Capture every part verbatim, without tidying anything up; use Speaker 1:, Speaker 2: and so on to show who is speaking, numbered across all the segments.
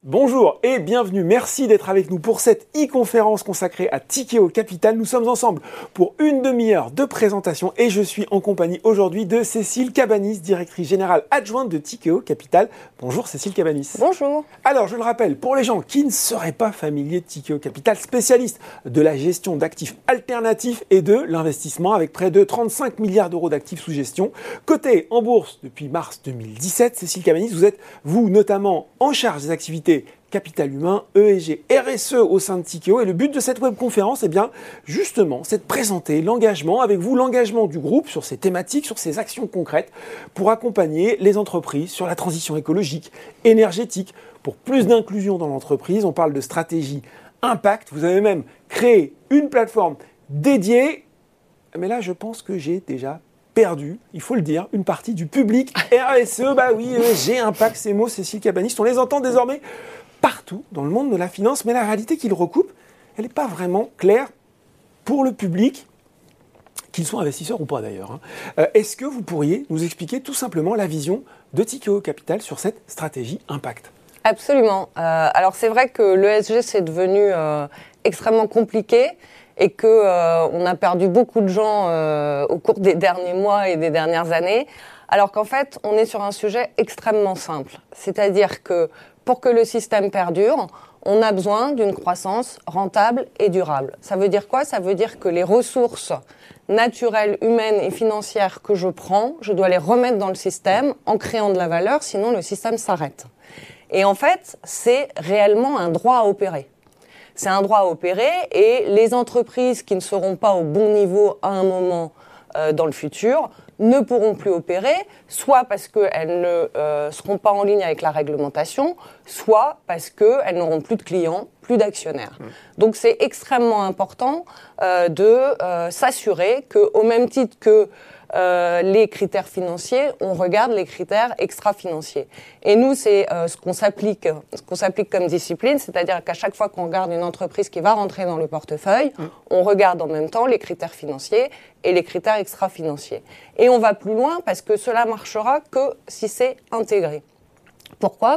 Speaker 1: Bonjour et bienvenue, merci d'être avec nous pour cette e-conférence consacrée à Tikeo Capital. Nous sommes ensemble pour une demi-heure de présentation et je suis en compagnie aujourd'hui de Cécile Cabanis, directrice générale adjointe de Tikeo Capital. Bonjour Cécile Cabanis.
Speaker 2: Bonjour.
Speaker 1: Alors je le rappelle, pour les gens qui ne seraient pas familiers de Tikeo Capital, spécialiste de la gestion d'actifs alternatifs et de l'investissement avec près de trente-cinq milliards d'euros d'actifs sous gestion. Coté en bourse depuis mars deux mille dix-sept, Cécile Cabanis, vous êtes vous notamment en charge des activités capital humain, E S G, R S E au sein de Tikeo. Et le but de cette webconférence, eh bien, justement, c'est de présenter l'engagement, avec vous, l'engagement du groupe sur ces thématiques, sur ces actions concrètes, pour accompagner les entreprises sur la transition écologique, énergétique, pour plus d'inclusion dans l'entreprise. On parle de stratégie impact. Vous avez même créé une plateforme dédiée. Mais là, je pense que j'ai déjà perdu, il faut le dire, une partie du public R S E. Bah oui, E S G, impact, ces mots, Cécile Cabanis, on les entend désormais partout dans le monde de la finance, mais la réalité qu'ils recoupent, elle n'est pas vraiment claire pour le public, qu'ils soient investisseurs ou pas d'ailleurs. Hein. Euh, est-ce que vous pourriez nous expliquer tout simplement la vision de Tikeo Capital sur cette stratégie impact ?
Speaker 2: Absolument. Euh, alors c'est vrai que l'E S G c'est devenu euh, extrêmement compliqué et que euh, on a perdu beaucoup de gens euh, au cours des derniers mois et des dernières années, alors qu'en fait on est sur un sujet extrêmement simple. C'est-à-dire que pour que le système perdure, on a besoin d'une croissance rentable et durable. Ça veut dire quoi ? Ça veut dire que les ressources naturelles, humaines et financières que je prends, je dois les remettre dans le système en créant de la valeur, sinon le système s'arrête. Et en fait, c'est réellement un droit à opérer. C'est un droit à opérer et les entreprises qui ne seront pas au bon niveau à un moment euh, dans le futur ne pourront plus opérer, soit parce qu'elles ne euh, seront pas en ligne avec la réglementation, soit parce qu'elles n'auront plus de clients, plus d'actionnaires. Mmh. Donc c'est extrêmement important euh, de euh, s'assurer qu'au même titre que Euh, les critères financiers, on regarde les critères extra-financiers. Et nous, c'est euh, ce qu'on s'applique, ce qu'on s'applique comme discipline, c'est-à-dire qu'à chaque fois qu'on regarde une entreprise qui va rentrer dans le portefeuille, mmh. on regarde en même temps les critères financiers et les critères extra-financiers. Et on va plus loin parce que cela marchera que si c'est intégré. Pourquoi ?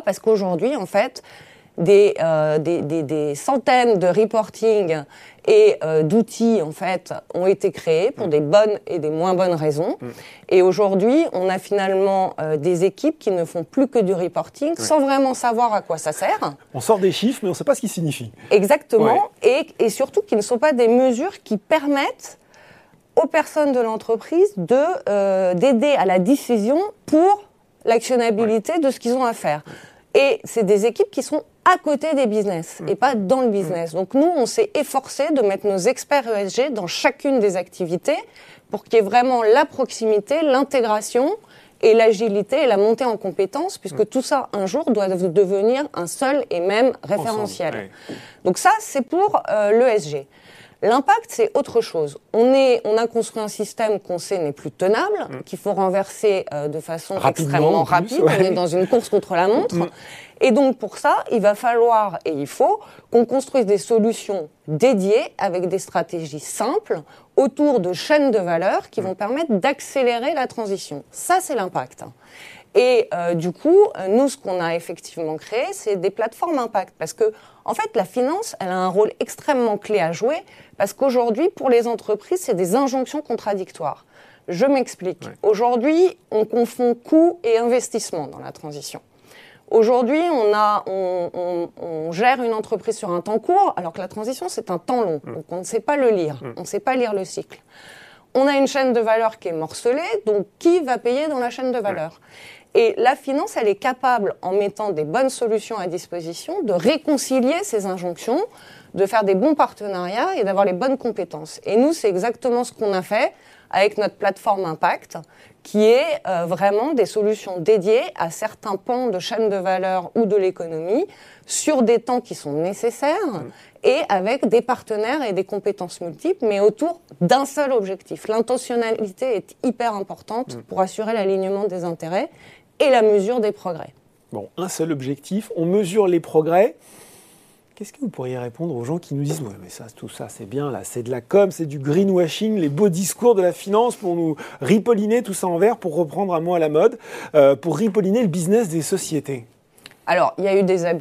Speaker 2: Parce qu'aujourd'hui, en fait, des, euh, des, des, des centaines de reporting et euh, d'outils en fait ont été créés pour mmh. des bonnes et des moins bonnes raisons. Mmh. Et aujourd'hui, on a finalement euh, des équipes qui ne font plus que du reporting ouais. sans vraiment savoir à quoi ça sert.
Speaker 1: On sort des chiffres, mais on ne sait pas ce qu'ils signifient.
Speaker 2: Exactement. Ouais. Et, et surtout, qui ne sont pas des mesures qui permettent aux personnes de l'entreprise de, euh, d'aider à la décision pour l'actionnabilité ouais. de ce qu'ils ont à faire. Et c'est des équipes qui sont à côté des business et pas dans le business. Donc nous, on s'est efforcé de mettre nos experts E S G dans chacune des activités pour qu'il y ait vraiment la proximité, l'intégration et l'agilité et la montée en compétences, puisque mmh. tout ça, un jour, doit devenir un seul et même référentiel. Ensemble, ouais. Donc ça, c'est pour euh, l'E S G. L'impact, c'est autre chose. On, est, on a construit un système qu'on sait n'est plus tenable, mmh. qu'il faut renverser euh, de façon Rapidement, extrêmement rapide. Ouais. On est dans une course contre la montre. Mmh. Et donc, pour ça, il va falloir, et il faut, qu'on construise des solutions dédiées avec des stratégies simples autour de chaînes de valeur qui mmh. vont permettre d'accélérer la transition. Ça, c'est l'impact. Et euh, du coup, nous, ce qu'on a effectivement créé, c'est des plateformes impact. Parce que, en fait, la finance, elle a un rôle extrêmement clé à jouer. Parce qu'aujourd'hui, pour les entreprises, c'est des injonctions contradictoires. Je m'explique. Ouais. Aujourd'hui, on confond coût et investissement dans la transition. Aujourd'hui, on, a, on, on, on gère une entreprise sur un temps court, alors que la transition, c'est un temps long. Mmh. Donc, on ne sait pas le lire. Mmh. On ne sait pas lire le cycle. On a une chaîne de valeur qui est morcelée. Donc, qui va payer dans la chaîne de valeur ? Ouais. Et la finance, elle est capable, en mettant des bonnes solutions à disposition, de réconcilier ces injonctions, de faire des bons partenariats et d'avoir les bonnes compétences. Et nous, c'est exactement ce qu'on a fait avec notre plateforme Impact, qui est euh, vraiment des solutions dédiées à certains pans de chaîne de valeur ou de l'économie, sur des temps qui sont nécessaires, mmh. et avec des partenaires et des compétences multiples, mais autour d'un seul objectif. L'intentionnalité est hyper importante mmh. pour assurer l'alignement des intérêts et la mesure des progrès.
Speaker 1: Bon, un seul objectif, on mesure les progrès. Qu'est-ce que vous pourriez répondre aux gens qui nous disent « Ouais, mais ça, tout ça, c'est bien, là, c'est de la com, c'est du greenwashing, les beaux discours de la finance pour nous ripolliner tout ça en vert, pour reprendre un mot à la mode, euh, pour ripolliner le business des sociétés ».
Speaker 2: Alors, il y a eu des abus.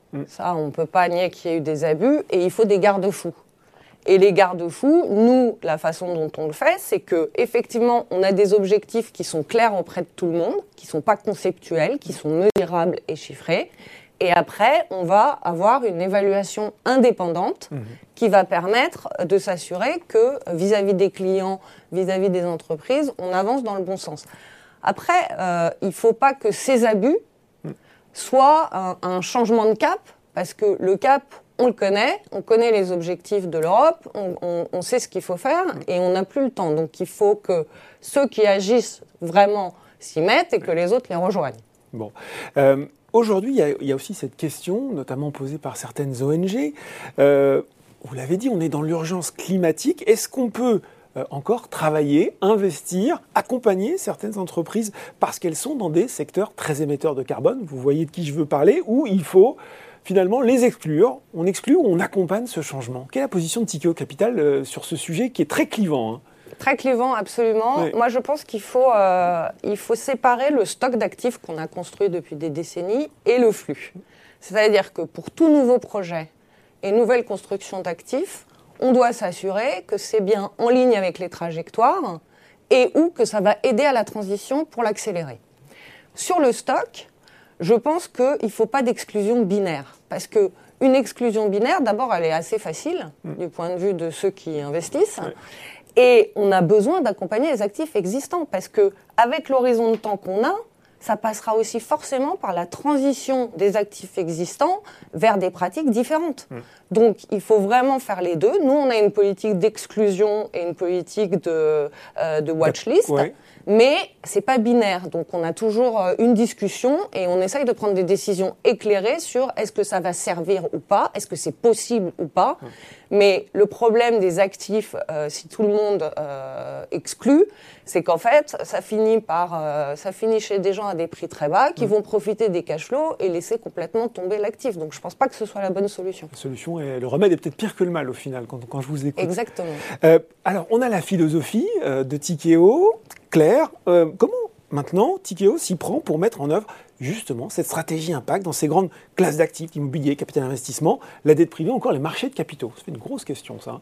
Speaker 1: Mmh.
Speaker 2: Ça, on ne peut pas nier qu'il y ait eu des abus, et il faut des garde-fous. Et les garde-fous, nous, la façon dont on le fait, c'est qu'effectivement, on a des objectifs qui sont clairs auprès de tout le monde, qui ne sont pas conceptuels, qui sont mesurables et chiffrés. Et après, on va avoir une évaluation indépendante mmh. qui va permettre de s'assurer que vis-à-vis des clients, vis-à-vis des entreprises, on avance dans le bon sens. Après, euh, il ne faut pas que ces abus mmh. soient un, un changement de cap, parce que le cap, on le connaît, on connaît les objectifs de l'Europe, on, on, on sait ce qu'il faut faire et on n'a plus le temps. Donc il faut que ceux qui agissent vraiment s'y mettent et que les autres les rejoignent.
Speaker 1: Bon. Euh... Aujourd'hui, il y, a, il y a aussi cette question, notamment posée par certaines O N G. Euh, vous l'avez dit, on est dans l'urgence climatique. Est-ce qu'on peut euh, encore travailler, investir, accompagner certaines entreprises parce qu'elles sont dans des secteurs très émetteurs de carbone? Vous voyez de qui je veux parler, où il faut finalement les exclure. On exclut ou on accompagne ce changement? Quelle est la position de Tikehau Capital euh, sur ce sujet qui est très clivant, hein?
Speaker 2: Très clivant, absolument. Oui. Moi, je pense qu'il faut, euh, il faut séparer le stock d'actifs qu'on a construit depuis des décennies et le flux. C'est-à-dire que pour tout nouveau projet et nouvelle construction d'actifs, on doit s'assurer que c'est bien en ligne avec les trajectoires et ou que ça va aider à la transition pour l'accélérer. Sur le stock, je pense qu'il ne faut pas d'exclusion binaire. Parce qu'une exclusion binaire, d'abord, elle est assez facile mmh. du point de vue de ceux qui investissent. Oui. Et on a besoin d'accompagner les actifs existants parce qu'avec l'horizon de temps qu'on a, ça passera aussi forcément par la transition des actifs existants vers des pratiques différentes. Mmh. Donc, il faut vraiment faire les deux. Nous, on a une politique d'exclusion et une politique de, euh, de watchlist, ouais. mais c'est pas binaire. Donc, on a toujours une discussion et on essaye de prendre des décisions éclairées sur est-ce que ça va servir ou pas, est-ce que c'est possible ou pas. Mmh. Mais le problème des actifs, euh, si tout le monde euh, exclut, c'est qu'en fait, ça finit par, euh, ça finit chez des gens à des prix très bas qui mmh. vont profiter des cash flows et laisser complètement tomber l'actif. Donc, je pense pas que ce soit la bonne solution.
Speaker 1: La solution est, le remède est peut-être pire que le mal au final quand, quand je vous écoute.
Speaker 2: Exactement.
Speaker 1: Euh, alors, on a la philosophie euh, de Tikehau, Claire. Euh, comment maintenant Tikehau s'y prend pour mettre en œuvre justement cette stratégie impact dans ces grandes classes d'actifs, immobilier, capital investissement, la dette privée, encore les marchés de capitaux? Ça fait une grosse question, ça.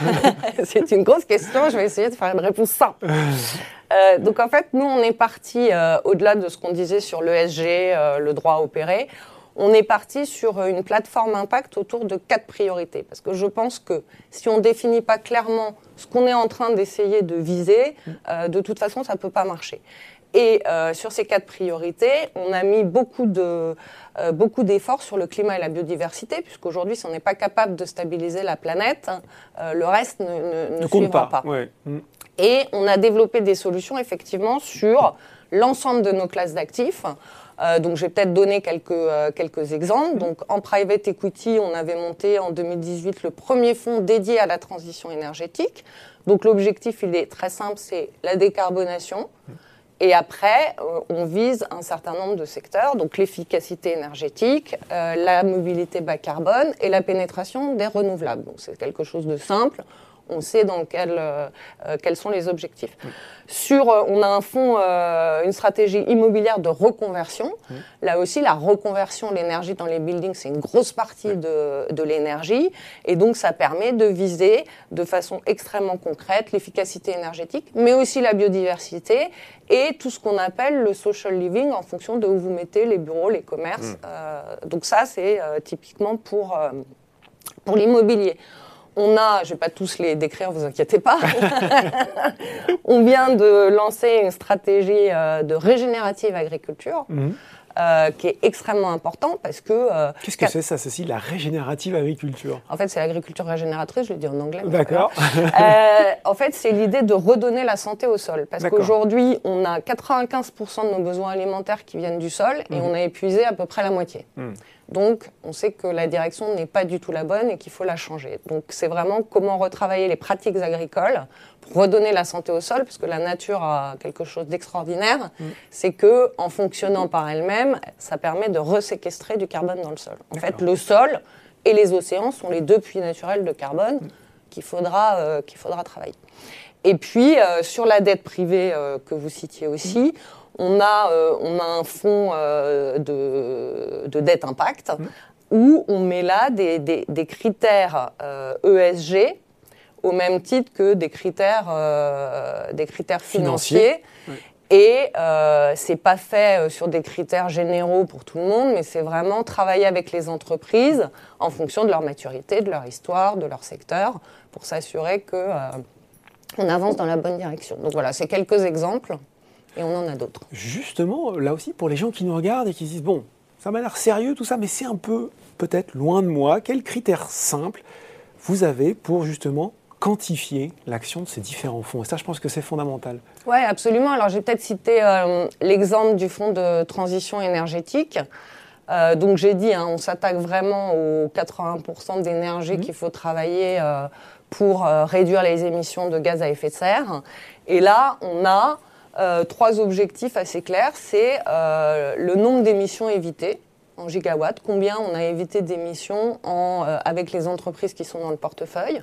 Speaker 2: C'est une grosse question, je vais essayer de faire une réponse simple. Euh, donc en fait, nous, on est parti, euh, au-delà de ce qu'on disait sur l'E S G, euh, le droit à opérer, on est parti sur une plateforme impact autour de quatre priorités. Parce que je pense que si on ne définit pas clairement ce qu'on est en train d'essayer de viser, euh, de toute façon, ça ne peut pas marcher. Et euh, sur ces quatre priorités, on a mis beaucoup, de, euh, beaucoup d'efforts sur le climat et la biodiversité, puisqu'aujourd'hui, si on n'est pas capable de stabiliser la planète, euh, le reste ne, ne, ne, ne suivra pas. pas.
Speaker 1: Ouais. Mmh.
Speaker 2: Et on a développé des solutions, effectivement, sur l'ensemble de nos classes d'actifs. Euh, donc, je vais peut-être donner quelques, euh, quelques exemples. Donc, en private equity, on avait monté en deux mille dix-huit le premier fonds dédié à la transition énergétique. Donc, l'objectif, il est très simple, c'est la décarbonation. Et après, euh, on vise un certain nombre de secteurs, donc l'efficacité énergétique, euh, la mobilité bas carbone et la pénétration des renouvelables. Donc, c'est quelque chose de simple. On sait dans quel, euh, quels sont les objectifs. Mmh. Sur, euh, on a un fonds, euh, une stratégie immobilière de reconversion. Mmh. Là aussi, la reconversion, l'énergie dans les buildings, c'est une grosse partie mmh. de, de l'énergie. Et donc, ça permet de viser de façon extrêmement concrète l'efficacité énergétique, mais aussi la biodiversité et tout ce qu'on appelle le social living en fonction de où vous mettez les bureaux, les commerces. Mmh. Euh, donc ça, c'est euh, typiquement pour, euh, pour l'immobilier. On a, je ne vais pas tous les décrire, vous inquiétez pas, on vient de lancer une stratégie euh, de régénérative agriculture mmh. euh, qui est extrêmement important parce que... Euh,
Speaker 1: Qu'est-ce que c'est ça, ceci, la régénérative agriculture?
Speaker 2: En fait, c'est l'agriculture régénératrice, je le dis en anglais.
Speaker 1: D'accord.
Speaker 2: euh, en fait, c'est l'idée de redonner la santé au sol. Parce D'accord. qu'aujourd'hui, on a quatre-vingt-quinze pour cent de nos besoins alimentaires qui viennent du sol et mmh. on a épuisé à peu près la moitié. Mmh. Donc, on sait que la direction n'est pas du tout la bonne et qu'il faut la changer. Donc, c'est vraiment comment retravailler les pratiques agricoles pour redonner la santé au sol, parce que la nature a quelque chose d'extraordinaire. Mmh. C'est que, en fonctionnant par elle-même, ça permet de reséquestrer du carbone dans le sol. En D'accord. fait, le sol et les océans sont les deux puits naturels de carbone mmh. qu'il faudra, euh, qu'il faudra travailler. Et puis, euh, sur la dette privée euh, que vous citiez aussi, mmh. On a, euh, on a un fonds euh, de, de dette impact mmh. où on met là des, des, des critères euh, E S G au même titre que des critères, euh, des critères financiers. Financier. Oui. Et euh, c'est pas fait sur des critères généraux pour tout le monde, mais c'est vraiment travailler avec les entreprises en fonction de leur maturité, de leur histoire, de leur secteur, pour s'assurer que euh, on avance dans la bonne direction. Donc voilà, c'est quelques exemples, et on en a d'autres.
Speaker 1: Justement, là aussi, pour les gens qui nous regardent et qui se disent, bon, ça m'a l'air sérieux tout ça, mais c'est un peu, peut-être, loin de moi. Quels critères simples vous avez pour justement quantifier l'action de ces différents fonds? Et ça, je pense que c'est fondamental.
Speaker 2: Oui, absolument. Alors, j'ai peut-être cité euh, l'exemple du fonds de transition énergétique. Euh, donc, j'ai dit, hein, on s'attaque vraiment aux quatre-vingts pour cent d'énergie mmh. qu'il faut travailler euh, pour euh, réduire les émissions de gaz à effet de serre. Et là, on a euh, trois objectifs assez clairs. C'est euh, le nombre d'émissions évitées en gigawatts, combien on a évité d'émissions en, euh, avec les entreprises qui sont dans le portefeuille.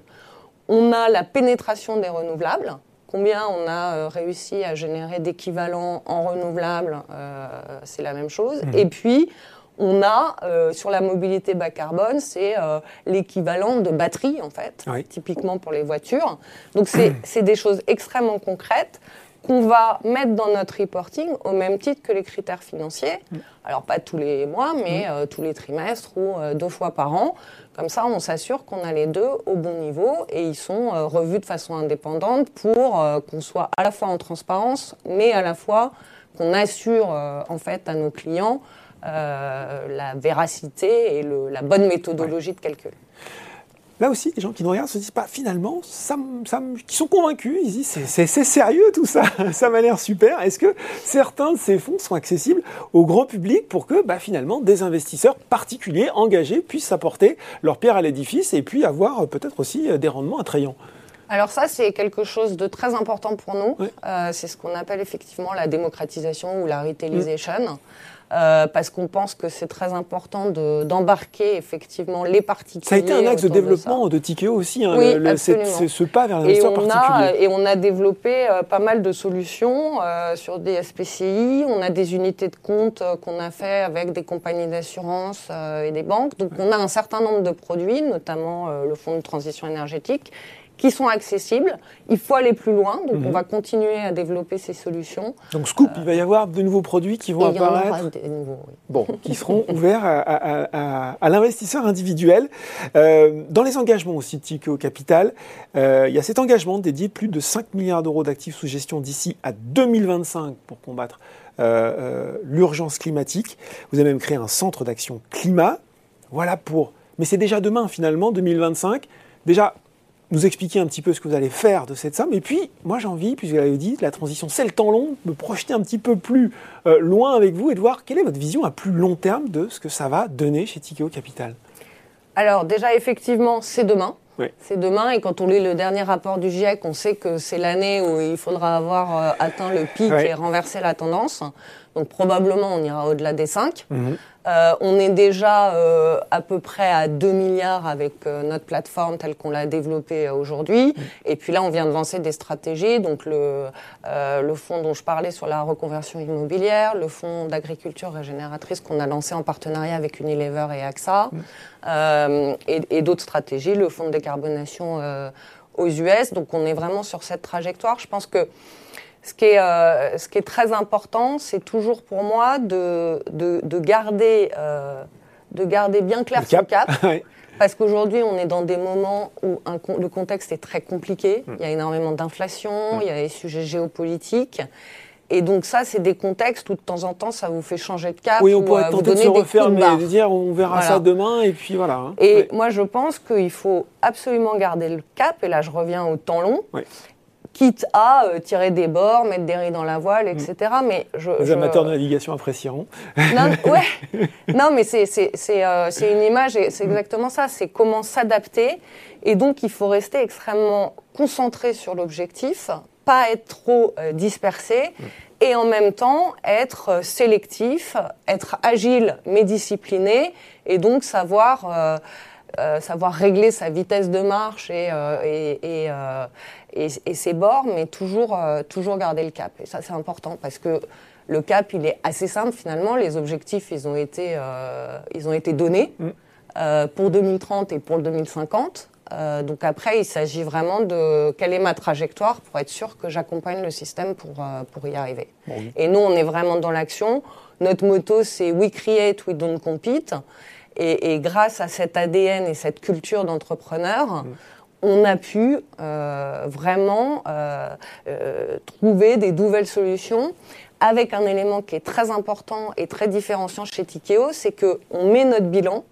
Speaker 2: On a la pénétration des renouvelables, combien on a euh, réussi à générer d'équivalents en renouvelables, euh, c'est la même chose. Mmh. Et puis, on a, euh, sur la mobilité bas carbone, c'est euh, l'équivalent de batterie, en fait, oui. typiquement pour les voitures. Donc, c'est, mmh. c'est des choses extrêmement concrètes qu'on va mettre dans notre reporting au même titre que les critères financiers. Mmh. Alors, pas tous les mois, mais mmh. euh, tous les trimestres ou euh, deux fois par an. Comme ça, on s'assure qu'on a les deux au bon niveau et ils sont euh, revus de façon indépendante pour euh, qu'on soit à la fois en transparence, mais à la fois qu'on assure euh, en fait à nos clients euh, la véracité et le, la bonne méthodologie ouais. de calcul.
Speaker 1: Là aussi, les gens qui nous regardent se disent pas, finalement, ça, ça, qui sont convaincus, ils disent c'est, c'est, c'est sérieux tout ça, ça m'a l'air super. Est-ce que certains de ces fonds sont accessibles au grand public pour que bah, finalement des investisseurs particuliers engagés puissent apporter leur pierre à l'édifice et puis avoir peut-être aussi des rendements attrayants?
Speaker 2: Alors ça, c'est quelque chose de très important pour nous. Oui. Euh, c'est ce qu'on appelle effectivement la démocratisation ou la retailisation. Mmh. Euh, parce qu'on pense que c'est très important de, d'embarquer effectivement les particuliers.
Speaker 1: Ça a été un axe de développement de, de Tikeo aussi, hein,
Speaker 2: oui,
Speaker 1: le, le, c'est, c'est ce pas vers l'investisseur particulier.
Speaker 2: Et on a développé euh, pas mal de solutions euh, sur des S P C I, on a des unités de compte euh, qu'on a fait avec des compagnies d'assurance euh, et des banques. Donc on a un certain nombre de produits, notamment euh, le fonds de transition énergétique, qui sont accessibles. Il faut aller plus loin, donc mmh. on va continuer à développer ces solutions.
Speaker 1: Donc Scoop, euh, il va y avoir de nouveaux produits qui vont
Speaker 2: et
Speaker 1: apparaître,
Speaker 2: il y en aura des nouveaux, oui.
Speaker 1: Bon, qui seront ouverts à, à, à, à l'investisseur individuel. Euh, dans les engagements aussi de Tikeo Capital, euh, il y a cet engagement dédié plus de cinq milliards d'euros d'actifs sous gestion d'ici à deux mille vingt-cinq pour combattre euh, euh, l'urgence climatique. Vous avez même créé un centre d'action climat. Voilà pour... Mais c'est déjà demain finalement, deux mille vingt-cinq. Déjà... nous expliquer un petit peu ce que vous allez faire de cette somme. Et puis, moi, j'ai envie, puisque vous l'avez dit, la transition, c'est le temps long, de me projeter un petit peu plus euh, loin avec vous et de voir quelle est votre vision à plus long terme de ce que ça va donner chez Tikeo Capital.
Speaker 2: Alors, déjà, effectivement, c'est demain.
Speaker 1: Oui.
Speaker 2: C'est demain, et quand on lit le dernier rapport du GIEC, on sait que c'est l'année où il faudra avoir euh, atteint le pic oui. et renversé la tendance. Donc, probablement, on ira au-delà des cinq. Mmh. Euh, on est déjà euh, à peu près à deux milliards avec euh, notre plateforme telle qu'on l'a développée euh, aujourd'hui. Mmh. Et puis là, on vient de lancer des stratégies. Donc, le, euh, le fonds dont je parlais sur la reconversion immobilière, le fonds d'agriculture régénératrice qu'on a lancé en partenariat avec Unilever et AXA, mmh. euh, et, et d'autres stratégies, le fonds de décarbonation euh, aux U S. Donc, on est vraiment sur cette trajectoire. Je pense que Ce qui est, euh, ce qui est très important, c'est toujours pour moi de, de, de, garder, euh, de garder bien clair son cap.
Speaker 1: Oui.
Speaker 2: Parce qu'aujourd'hui, on est dans des moments où un, le contexte est très compliqué. Mmh. Il y a énormément d'inflation, mmh. il y a des sujets géopolitiques. Et donc ça, c'est des contextes où de temps en temps, ça vous fait changer de cap.
Speaker 1: Oui, on pourrait
Speaker 2: euh,
Speaker 1: tenter de se refaire, mais de dire on verra voilà. ça demain, et puis voilà. Hein.
Speaker 2: Et
Speaker 1: oui.
Speaker 2: moi, je pense qu'il faut absolument garder le cap. Et là, je reviens au temps long.
Speaker 1: Oui.
Speaker 2: Quitte à euh, tirer des bords, mettre des riz dans la voile, et cetera. Mmh. Mais je,
Speaker 1: Les
Speaker 2: je...
Speaker 1: amateurs de navigation apprécieront.
Speaker 2: Non, ouais. non mais c'est, c'est, c'est, euh, c'est une image, et c'est exactement ça. C'est comment s'adapter. Et donc, il faut rester extrêmement concentré sur l'objectif, pas être trop euh, dispersé, mmh. et en même temps, être sélectif, être agile, mais discipliné, et donc savoir... Euh, Euh, savoir régler sa vitesse de marche et, euh, et, et, euh, et, et ses bords, mais toujours, euh, toujours garder le cap. Et ça, c'est important parce que le cap, il est assez simple finalement. Les objectifs, ils ont été, euh, ils ont été donnés. Mmh. euh, pour deux mille trente et pour le deux mille cinquante. Euh, donc après, il s'agit vraiment de quelle est ma trajectoire pour être sûr que j'accompagne le système pour, euh, pour y arriver. Bon, oui. Et nous, on est vraiment dans l'action. Notre motto, c'est « We create, we don't compete ». Et, et grâce à cet A D N et cette culture d'entrepreneur, mmh. on a pu euh, vraiment euh, euh, trouver des nouvelles solutions avec un élément qui est très important et très différenciant chez Tikeo, c'est qu'on met notre bilan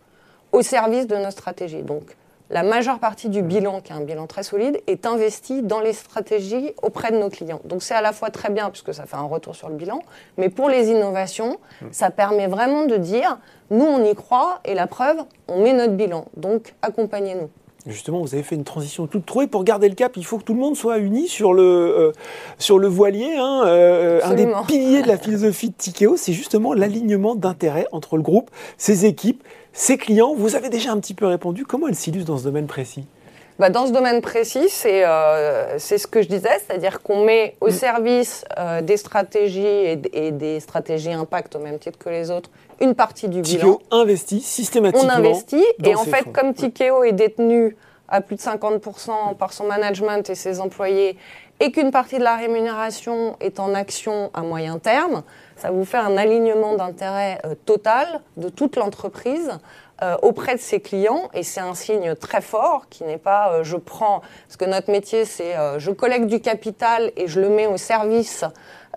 Speaker 2: au service de notre stratégie. Donc, la majeure partie du bilan, qui est un bilan très solide, est investie dans les stratégies auprès de nos clients. Donc c'est à la fois très bien, puisque ça fait un retour sur le bilan, mais pour les innovations, ça permet vraiment de dire, nous on y croit, et la preuve, on met notre bilan. Donc accompagnez-nous.
Speaker 1: Justement, vous avez fait une transition toute trouvée. Pour garder le cap, il faut que tout le monde soit uni sur le, euh, sur le voilier. Hein, euh, un des piliers de la philosophie de Tikeo, c'est justement l'alignement d'intérêts entre le groupe, ses équipes, ses clients. Vous avez déjà un petit peu répondu. Comment elle s'illustre dans ce domaine précis ?
Speaker 2: Bah dans ce domaine précis, c'est, euh, c'est ce que je disais, c'est-à-dire qu'on met au mmh. service euh, des stratégies et, et des stratégies impact au même titre que les autres, une partie du bilan.
Speaker 1: Tikeo investit systématiquement.
Speaker 2: On investit,
Speaker 1: dans
Speaker 2: et en fait,
Speaker 1: fonds.
Speaker 2: comme Tikeo est détenu à plus de cinquante pour cent par son management et ses employés, et qu'une partie de la rémunération est en action à moyen terme, ça vous fait un alignement d'intérêt euh, total de toute l'entreprise euh, auprès de ses clients, et c'est un signe très fort qui n'est pas euh, je prends, parce que notre métier c'est euh, je collecte du capital et je le mets au service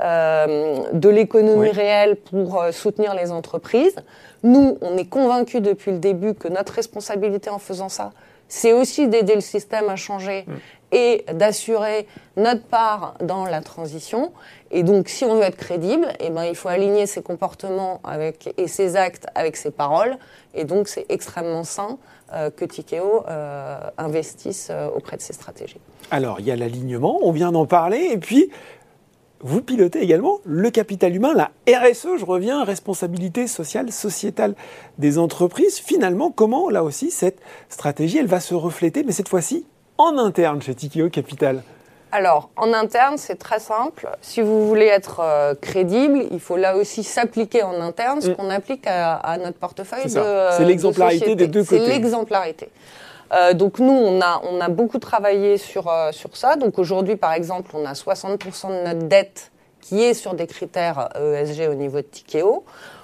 Speaker 2: euh, de l'économie oui. réelle pour euh, soutenir les entreprises. Nous, on est convaincus depuis le début que notre responsabilité en faisant ça, c'est aussi d'aider le système à changer mmh. et d'assurer notre part dans la transition. Et donc, si on veut être crédible, eh ben, il faut aligner ses comportements avec, et ses actes avec ses paroles. Et donc, c'est extrêmement sain euh, que Tikeo euh, investisse euh, auprès de ses stratégies.
Speaker 1: Alors, il y a l'alignement, on vient d'en parler. Et puis, vous pilotez également le capital humain, la R S E, je reviens, responsabilité sociale, sociétale des entreprises. Finalement, comment, là aussi, cette stratégie, elle va se refléter, mais cette fois-ci, en interne chez Tikeo Capital ?
Speaker 2: Alors, en interne, c'est très simple. Si vous voulez être euh, crédible, il faut là aussi s'appliquer en interne ce mmh. qu'on applique à, à notre portefeuille
Speaker 1: c'est
Speaker 2: de
Speaker 1: ça. C'est l'exemplarité des deux côtés.
Speaker 2: C'est l'exemplarité. Euh, donc nous, on a, on a beaucoup travaillé sur, euh, sur ça. Donc aujourd'hui, par exemple, on a soixante pour cent de notre dette qui est sur des critères E S G au niveau de Tikeo.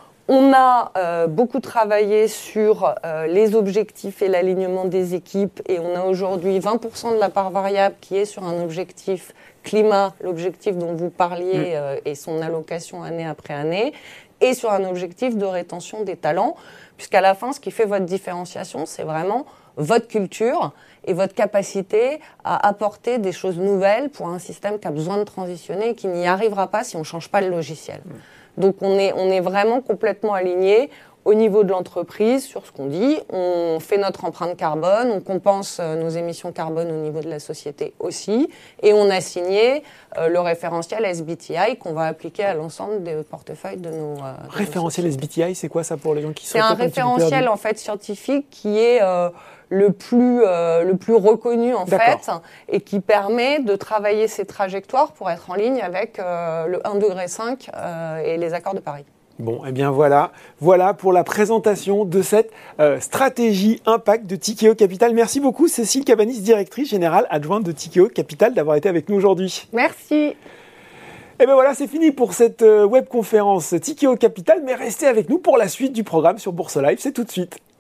Speaker 2: On a euh, beaucoup travaillé sur euh, les objectifs et l'alignement des équipes, et on a aujourd'hui vingt pour cent de la part variable qui est sur un objectif climat, l'objectif dont vous parliez, euh, et son allocation année après année, et sur un objectif de rétention des talents, puisqu'à la fin, ce qui fait votre différenciation, c'est vraiment votre culture et votre capacité à apporter des choses nouvelles pour un système qui a besoin de transitionner et qui n'y arrivera pas si on ne change pas le logiciel. Mmh. Donc on est, on est vraiment complètement alignés au niveau de l'entreprise sur ce qu'on dit. On fait notre empreinte carbone, on compense nos émissions carbone au niveau de la société aussi, et on a signé euh, le référentiel S B T I qu'on va appliquer à l'ensemble des portefeuilles de nos euh, de
Speaker 1: référentiel
Speaker 2: nos
Speaker 1: S B T I, c'est quoi ça pour les gens qui sont
Speaker 2: C'est un référentiel en fait scientifique qui est euh, le plus euh, le plus reconnu en D'accord. fait, et qui permet de travailler ces trajectoires pour être en ligne avec euh, le un virgule cinq degré euh, et les accords de Paris.
Speaker 1: Bon, eh bien voilà, voilà pour la présentation de cette euh, stratégie impact de Tikeo Capital. Merci beaucoup Cécile Cabanis, directrice générale adjointe de Tikeo Capital, d'avoir été avec nous aujourd'hui.
Speaker 2: Merci.
Speaker 1: Et bien voilà, c'est fini pour cette euh, webconférence Tikeo Capital, mais restez avec nous pour la suite du programme sur Bourse Live, c'est tout de suite.